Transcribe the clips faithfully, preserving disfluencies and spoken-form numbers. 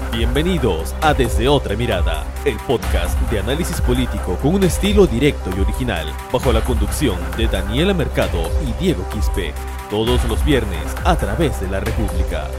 Bienvenidos a Desde Otra Mirada, el podcast de análisis político con un estilo directo y original, bajo la conducción de Daniela Mercado y Diego Quispe, todos los viernes a través de la República.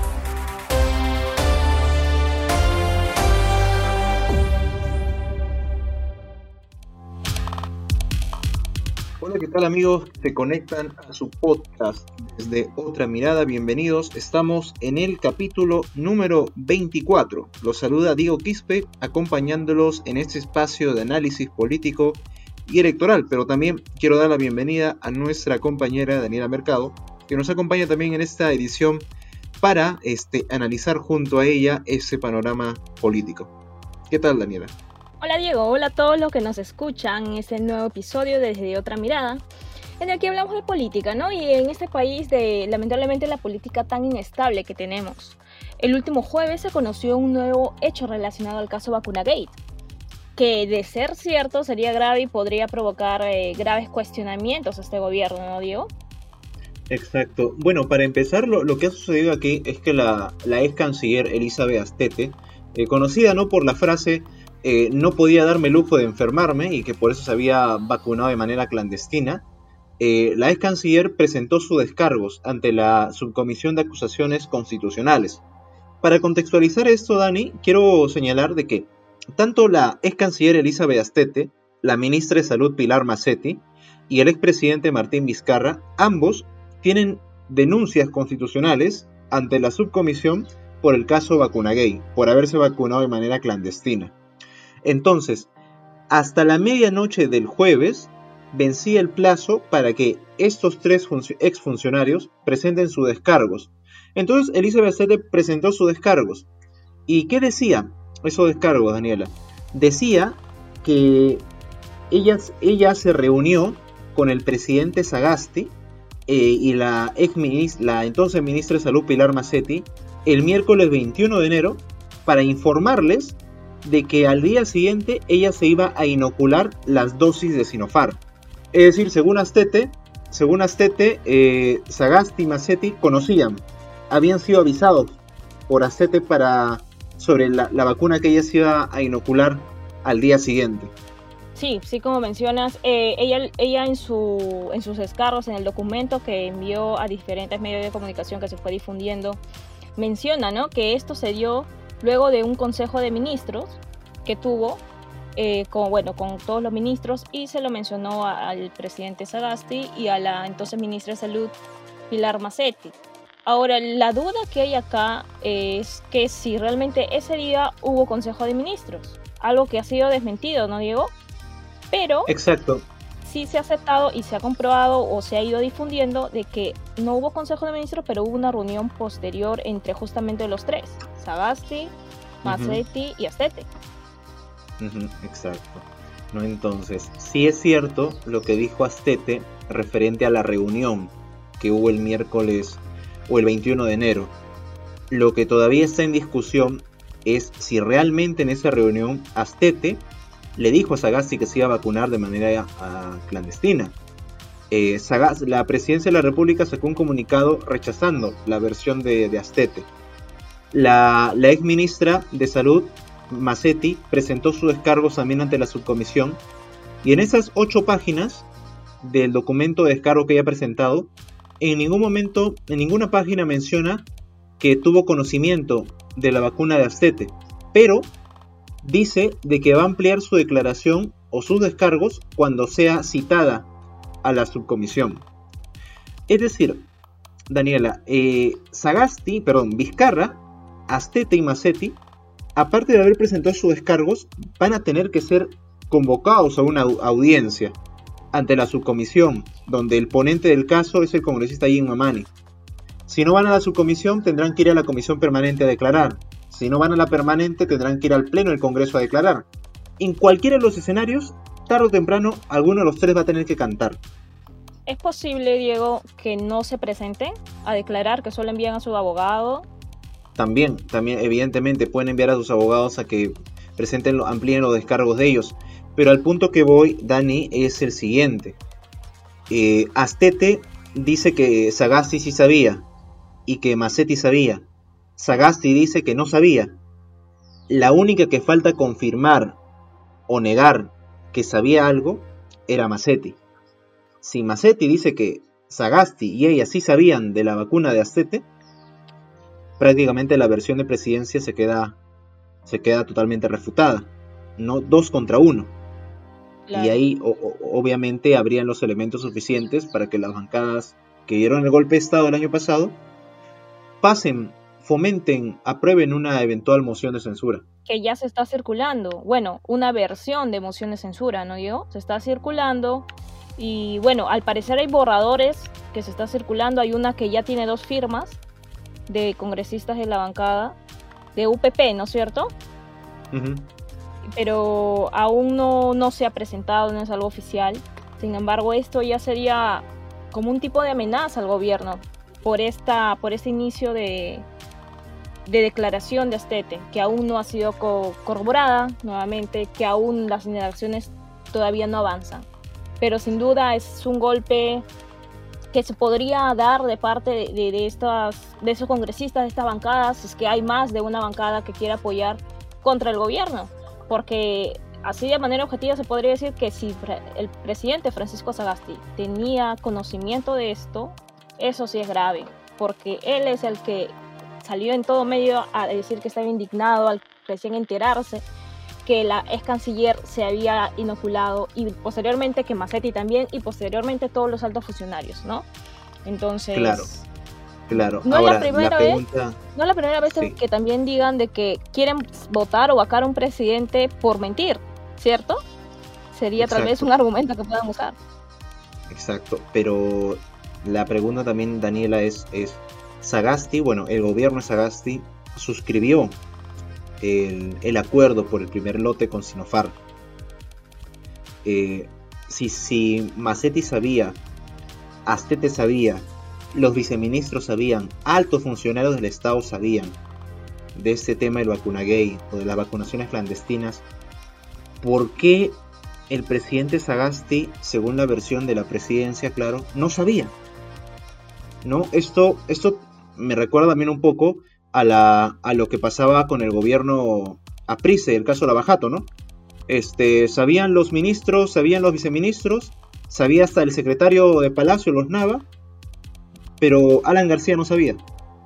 Hola, ¿qué tal amigos? Se conectan a su podcast Desde Otra Mirada. Bienvenidos. Estamos en el capítulo número veinticuatro. Los saluda Diego Quispe, acompañándolos en este espacio de análisis político y electoral. Pero también quiero dar la bienvenida a nuestra compañera Daniela Mercado, que nos acompaña también en esta edición para este, analizar junto a ella ese panorama político. ¿Qué tal, Daniela? Hola Diego, hola a todos los que nos escuchan en este nuevo episodio Desde Otra Mirada, en el que hablamos de política, ¿no? Y en este país de, lamentablemente, la política tan inestable que tenemos. El último jueves se conoció un nuevo hecho relacionado al caso Vacunagate, que de ser cierto sería grave y podría provocar eh, graves cuestionamientos a este gobierno, ¿no, Diego? Exacto. Bueno, para empezar, lo, lo que ha sucedido aquí es que la, la ex canciller Elizabeth Astete, eh, conocida no por la frase Eh, no podía darme el lujo de enfermarme y que por eso se había vacunado de manera clandestina, eh, la ex canciller presentó sus descargos ante la Subcomisión de Acusaciones Constitucionales. Para contextualizar esto, Dani, quiero señalar de que tanto la ex canciller Elizabeth Astete, la ministra de Salud Pilar Macetti y el expresidente Martín Vizcarra, ambos tienen denuncias constitucionales ante la subcomisión por el caso Vacunagate, por haberse vacunado de manera clandestina. Entonces, hasta la medianoche del jueves vencía el plazo para que estos tres func- exfuncionarios presenten sus descargos. Entonces, Elizabeth Astete presentó sus descargos. ¿Y qué decía esos descargos, Daniela? Decía que ella, ella se reunió con el presidente Sagasti eh, y la, ex ministra, la entonces ministra de Salud Pilar Macetti el miércoles veintiuno de enero para informarles de que al día siguiente ella se iba a inocular las dosis de Sinopharm. Es decir, según Astete, según Astete, eh, Sagasti y Macetti conocían, habían sido avisados por Astete para, sobre la, la vacuna que ella se iba a inocular al día siguiente. Sí, sí, como mencionas, eh, ella, ella en, su, en sus descargos, en el documento que envió a diferentes medios de comunicación que se fue difundiendo, menciona, ¿no?, que esto se dio luego de un consejo de ministros que tuvo eh, con, bueno, con todos los ministros, y se lo mencionó a, al presidente Sagasti y a la entonces ministra de Salud Pilar Macetti. Ahora, la duda que hay acá es que si realmente ese día hubo consejo de ministros, algo que ha sido desmentido, ¿no, Diego? Pero exacto, sí se ha aceptado y se ha comprobado o se ha ido difundiendo de que no hubo consejo de ministros, pero hubo una reunión posterior entre justamente los tres, Sagasti, Macetti uh-huh. y Astete. Uh-huh, exacto. No, entonces, sí es cierto lo que dijo Astete referente a la reunión que hubo el miércoles o el veintiuno de enero. Lo que todavía está en discusión es si realmente en esa reunión Astete le dijo a Sagasti que se iba a vacunar de manera uh, clandestina. Eh, Sagasti, la presidencia de la República sacó un comunicado rechazando la versión de, de Astete. La, la ex ministra de Salud, Macetti, presentó sus descargos también ante la subcomisión, y en esas ocho páginas del documento de descargo que ella ha presentado, en ningún momento, en ninguna página menciona que tuvo conocimiento de la vacuna de Astete, pero dice de que va a ampliar su declaración o sus descargos cuando sea citada a la subcomisión. Es decir, Daniela, eh, Sagasti, perdón, Vizcarra, Astete y Macetti, aparte de haber presentado sus descargos, van a tener que ser convocados a una audiencia ante la subcomisión, donde el ponente del caso es el congresista Jim Mamani. Si no van a la subcomisión, tendrán que ir a la comisión permanente a declarar. Si no van a la permanente, tendrán que ir al pleno del Congreso a declarar. En cualquiera de los escenarios, tarde o temprano, alguno de los tres va a tener que cantar. ¿Es posible, Diego, que no se presenten a declarar, que solo envían a su abogado? También, también evidentemente pueden enviar a sus abogados a que presenten, amplíen los descargos de ellos. Pero al punto que voy, Dani, es el siguiente. Eh, Astete dice que Sagasti sí sabía y que Macetti sabía. Sagasti dice que no sabía la única que falta confirmar o negar que sabía algo era Mazzetti. Si Mazzetti dice que Sagasti y ella sí sabían de la vacuna de Astete, prácticamente la versión de presidencia se queda, se queda totalmente refutada, no dos contra uno. Claro. Y ahí o, o, obviamente habrían los elementos suficientes para que las bancadas que dieron el golpe de Estado el año pasado pasen, fomenten, aprueben una eventual moción de censura. Que ya se está circulando, bueno, una versión de moción de censura, ¿no yo? Se está circulando y bueno, al parecer hay borradores que se está circulando, hay una que ya tiene dos firmas de congresistas de la bancada de U P P, ¿no es cierto? Uh-huh. Pero aún no, no se ha presentado, no es algo oficial. Sin embargo, esto ya sería como un tipo de amenaza al gobierno por esta, por este inicio de, de declaración de Astete, que aún no ha sido co- corroborada nuevamente, que aún las indagaciones todavía no avanzan. Pero sin duda es un golpe que se podría dar de parte de, de, de, estas, de esos congresistas, de estas bancadas, es que hay más de una bancada que quiera apoyar contra el gobierno. Porque así de manera objetiva se podría decir que si el presidente Francisco Sagasti tenía conocimiento de esto, eso sí es grave, porque él es el que salió en todo medio a decir que estaba indignado al recién enterarse que la ex canciller se había inoculado y posteriormente que Mazzetti también y posteriormente todos los altos funcionarios, ¿no? Entonces... Claro. Claro, no ahora es la primera la pregunta... vez, no es la primera vez sí. que también digan de que quieren votar o vacar a un presidente por mentir, ¿cierto? Sería Exacto. Tal vez un argumento que puedan usar. Exacto, pero la pregunta también, Daniela, es, es Sagasti, bueno, el gobierno de Sagasti suscribió el, el acuerdo por el primer lote con Sinopharm. Eh, si, si Mazzetti sabía, Astete sabía, los viceministros sabían, altos funcionarios del Estado sabían de este tema del vacunagate o de las vacunaciones clandestinas, ¿por qué el presidente Sagasti, según la versión de la presidencia, claro, no sabía? ¿No? Esto, esto me recuerda también un poco a, la, a lo que pasaba con el gobierno Aprise, el caso Lavajato, ¿no? Este, sabían los ministros, sabían los viceministros, sabía hasta el secretario de Palacio, los Nava, pero Alan García no sabía.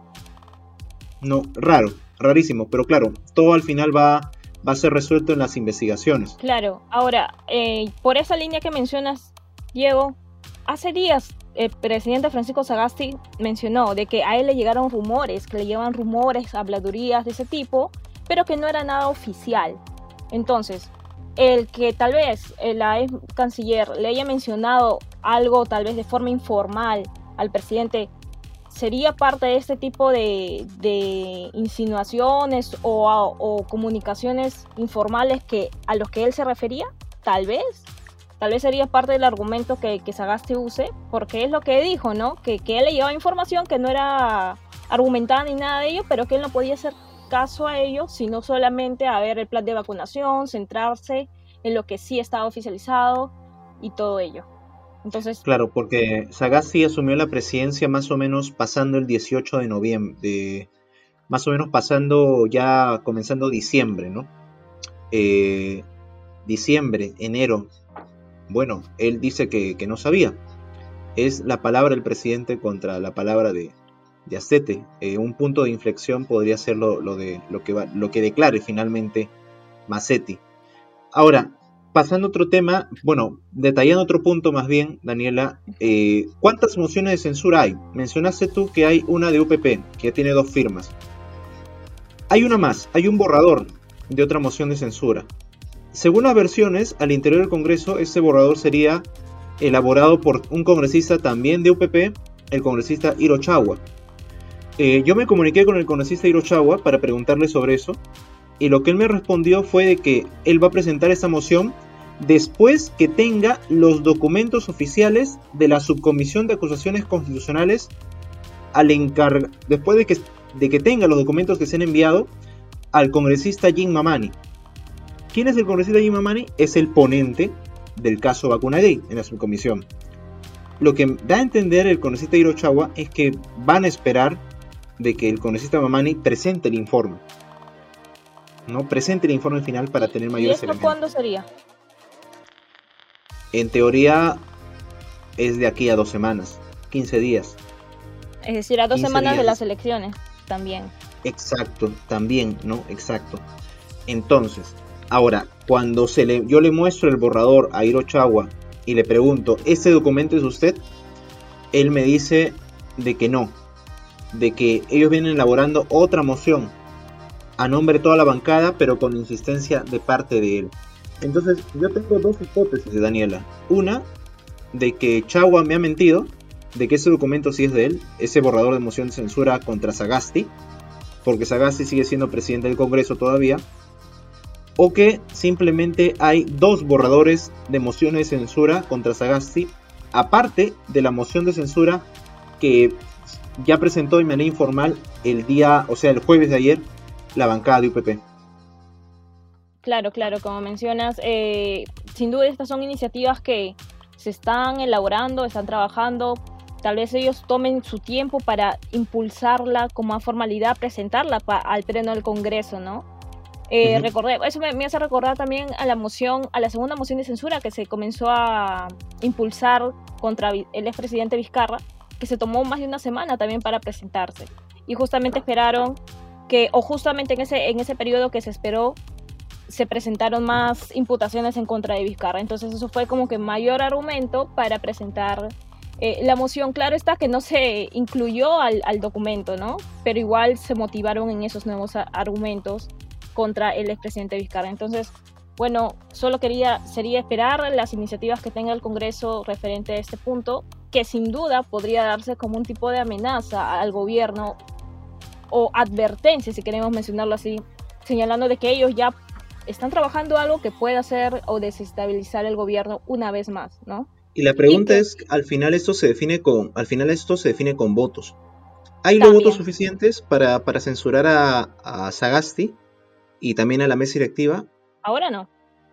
No, raro, rarísimo, pero claro, todo al final va, va a ser resuelto en las investigaciones. Claro, ahora, eh, por esa línea que mencionas, Diego, hace días el presidente Francisco Sagasti mencionó de que a él le llegaron rumores, que le llevan rumores, habladurías de ese tipo, pero que no era nada oficial. Entonces, el que tal vez la ex canciller le haya mencionado algo tal vez de forma informal al presidente, ¿sería parte de este tipo de, de insinuaciones o, a, o comunicaciones informales que, a los que él se refería? Tal vez. Tal vez sería parte del argumento que, que Sagasti use, porque es lo que dijo, ¿no? Que, que él le llevaba información que no era argumentada ni nada de ello, pero que él no podía hacer caso a ello, sino solamente a ver el plan de vacunación, centrarse en lo que sí estaba oficializado y todo ello. Entonces, claro, porque Sagasti asumió la presidencia más o menos pasando el dieciocho de noviembre, de, más o menos pasando ya comenzando diciembre, ¿no? Eh, diciembre, enero, bueno, él dice que, que no sabía. Es la palabra del presidente contra la palabra de, de Astete. Eh, un punto de inflexión podría ser lo, lo, de, lo, que va, lo que declare finalmente Mazzetti. Ahora, pasando a otro tema, bueno, detallando otro punto más bien, Daniela, eh, ¿cuántas mociones de censura hay? Mencionaste tú que hay una de U P P, que ya tiene dos firmas. Hay una más, hay un borrador de otra moción de censura. Según las versiones, al interior del Congreso, este borrador sería elaborado por un congresista también de U P P, el congresista Hiro Chagua. Eh, yo me comuniqué con el congresista Hiro Chagua para preguntarle sobre eso, y lo que él me respondió fue de que él va a presentar esta moción después que tenga los documentos oficiales de la Subcomisión de Acusaciones Constitucionales, al encar- después de que, de que tenga los documentos que se han enviado al congresista Jim Mamani. ¿Quién es el congresista Jim Mamani? Es el ponente del caso Vacunagate en la subcomisión. Lo que da a entender el congresista Hiro Chagua es que van a esperar de que el congresista Mamani presente el informe. ¿no? Presente el informe final para tener mayores ¿Y esto elementos. cuándo sería? En teoría es de aquí a dos semanas, quince días. Es decir, a dos semanas días. de las elecciones también. Exacto, también, ¿no? Exacto. Entonces, ahora, cuando se le, yo le muestro el borrador a Hirochagua y le pregunto, ¿este documento es usted? Él me dice de que no, de que ellos vienen elaborando otra moción a nombre de toda la bancada, pero con insistencia de parte de él. Entonces, yo tengo dos hipótesis de Daniela. Una, de que Chagua me ha mentido, de que ese documento sí es de él, ese borrador de moción de censura contra Sagasti, porque Sagasti sigue siendo presidente del Congreso todavía, o que simplemente hay dos borradores de mociones de censura contra Sagasti, aparte de la moción de censura que ya presentó de manera informal el día, o sea, el jueves de ayer, la bancada de U P P. Claro, claro, como mencionas, eh, sin duda estas son iniciativas que se están elaborando, están trabajando. Tal vez ellos tomen su tiempo para impulsarla como a formalidad, presentarla pa- al pleno del Congreso, ¿no? Eh, Ujú. recordé, eso me, me hace recordar también a la moción, a la segunda moción de censura que se comenzó a impulsar contra Vi- el expresidente Vizcarra, que se tomó más de una semana también para presentarse. Y justamente esperaron que, o justamente en ese, en ese periodo que se esperó, se presentaron más imputaciones en contra de Vizcarra. Entonces eso fue como que mayor argumento para presentar eh, la moción. Claro está que no se incluyó al, al documento, ¿no? Pero igual se motivaron en esos nuevos a- argumentos contra el expresidente Vizcarra. Entonces, bueno, solo quería, sería esperar las iniciativas que tenga el Congreso referente a este punto, que sin duda podría darse como un tipo de amenaza al gobierno o advertencia, si queremos mencionarlo así, señalando de que ellos ya están trabajando algo que pueda hacer o desestabilizar el gobierno una vez más, ¿no? Y la Y pregunta que es, al final esto se define con, al final esto se define con votos. ¿Hay los votos también, suficientes para, para censurar a, a Sagasti y también a la mesa directiva? ahora no.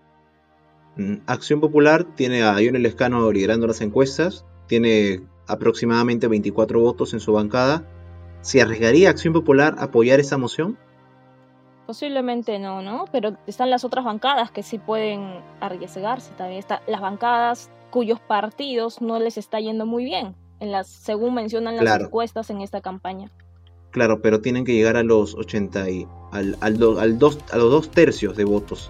Mm, Acción Popular tiene a Ionel Lescano liderando las encuestas, tiene aproximadamente veinticuatro votos en su bancada. ¿Se arriesgaría Acción Popular a apoyar esa moción? Posiblemente no, ¿no? Pero están las otras bancadas que sí pueden arriesgarse también. Están las bancadas cuyos partidos no les está yendo muy bien, en las, según mencionan las Claro, encuestas en esta campaña. claro, pero tienen que llegar a los ochenta y al, al do- al dos, a los dos tercios de votos.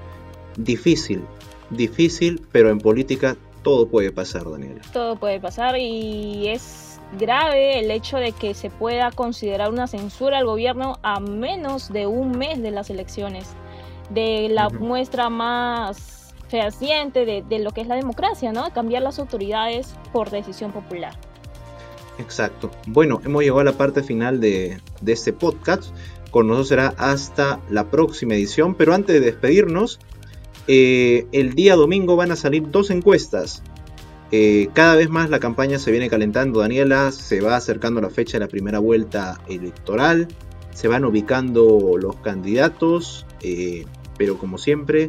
Difícil, difícil, pero en política todo puede pasar, Daniela. Todo puede pasar y es grave el hecho de que se pueda considerar una censura al gobierno a menos de un mes de las elecciones, de la Ujú. muestra más fehaciente de, de lo que es la democracia, ¿no? Cambiar las autoridades por decisión popular. Exacto. Bueno, hemos llegado a la parte final de, de este podcast. Con nosotros será hasta la próxima edición. Pero antes de despedirnos, eh, el día domingo van a salir dos encuestas. Eh, cada vez más la campaña se viene calentando, Daniela. Se va acercando la fecha de la primera vuelta electoral. Se van ubicando los candidatos. Eh, pero como siempre,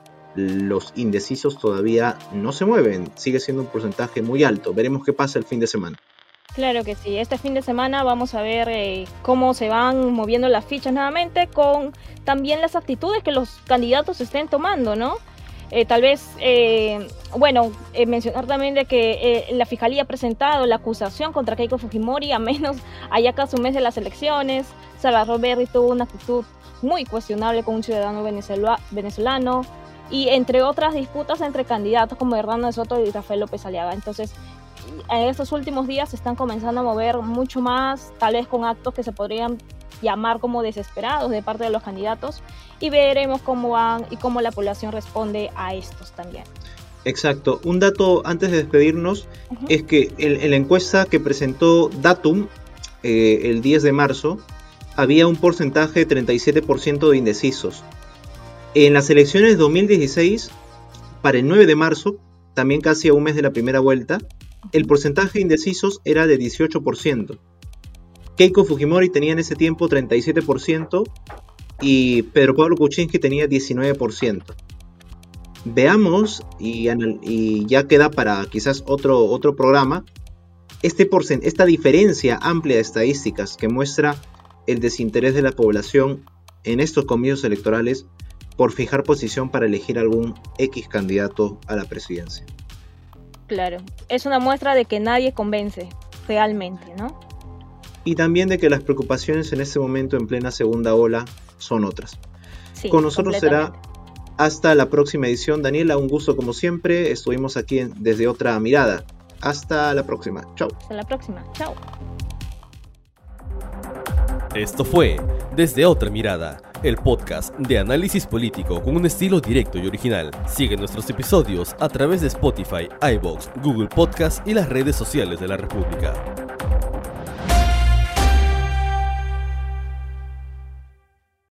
los indecisos todavía no se mueven. Sigue siendo un porcentaje muy alto. Veremos qué pasa el fin de semana. Claro que sí, este fin de semana vamos a ver eh, cómo se van moviendo las fichas nuevamente con también las actitudes que los candidatos estén tomando, ¿no? Eh, tal vez, eh, bueno, eh, mencionar también de que eh, la Fiscalía ha presentado la acusación contra Keiko Fujimori a menos allá casi un mes de las elecciones. Salvador Berry tuvo una actitud muy cuestionable con un ciudadano venezolano, venezolano y entre otras disputas entre candidatos como Hernando de Soto y Rafael López Aliaga. Entonces, en estos últimos días se están comenzando a mover mucho más, tal vez con actos que se podrían llamar como desesperados de parte de los candidatos, y veremos cómo van y cómo la población responde a estos también. Exacto. Un dato antes de despedirnos Uh-huh. es que en, en la encuesta que presentó Datum eh, el diez de marzo había un porcentaje de treinta y siete por ciento de indecisos. En las elecciones de dos mil dieciséis, para el nueve de marzo, también casi a un mes de la primera vuelta, el porcentaje de indecisos era de dieciocho por ciento. Keiko Fujimori tenía en ese tiempo treinta y siete por ciento y Pedro Pablo Kuczynski tenía diecinueve por ciento. Veamos, y, anal- y ya queda para quizás otro, otro programa, este porcent- esta diferencia amplia de estadísticas que muestra el desinterés de la población en estos comicios electorales por fijar posición para elegir algún X candidato a la presidencia. Claro, es una muestra de que nadie convence realmente, ¿no? Y también de que las preocupaciones en este momento en plena segunda ola son otras. Sí, con nosotros será hasta la próxima edición. Daniela, un gusto como siempre. Estuvimos aquí en, desde otra mirada. Hasta la próxima. Chao. Hasta la próxima. Chao. Esto fue Desde Otra Mirada, el podcast de análisis político con un estilo directo y original. Sigue nuestros episodios a través de Spotify, iVoox, Google Podcast y las redes sociales de la República.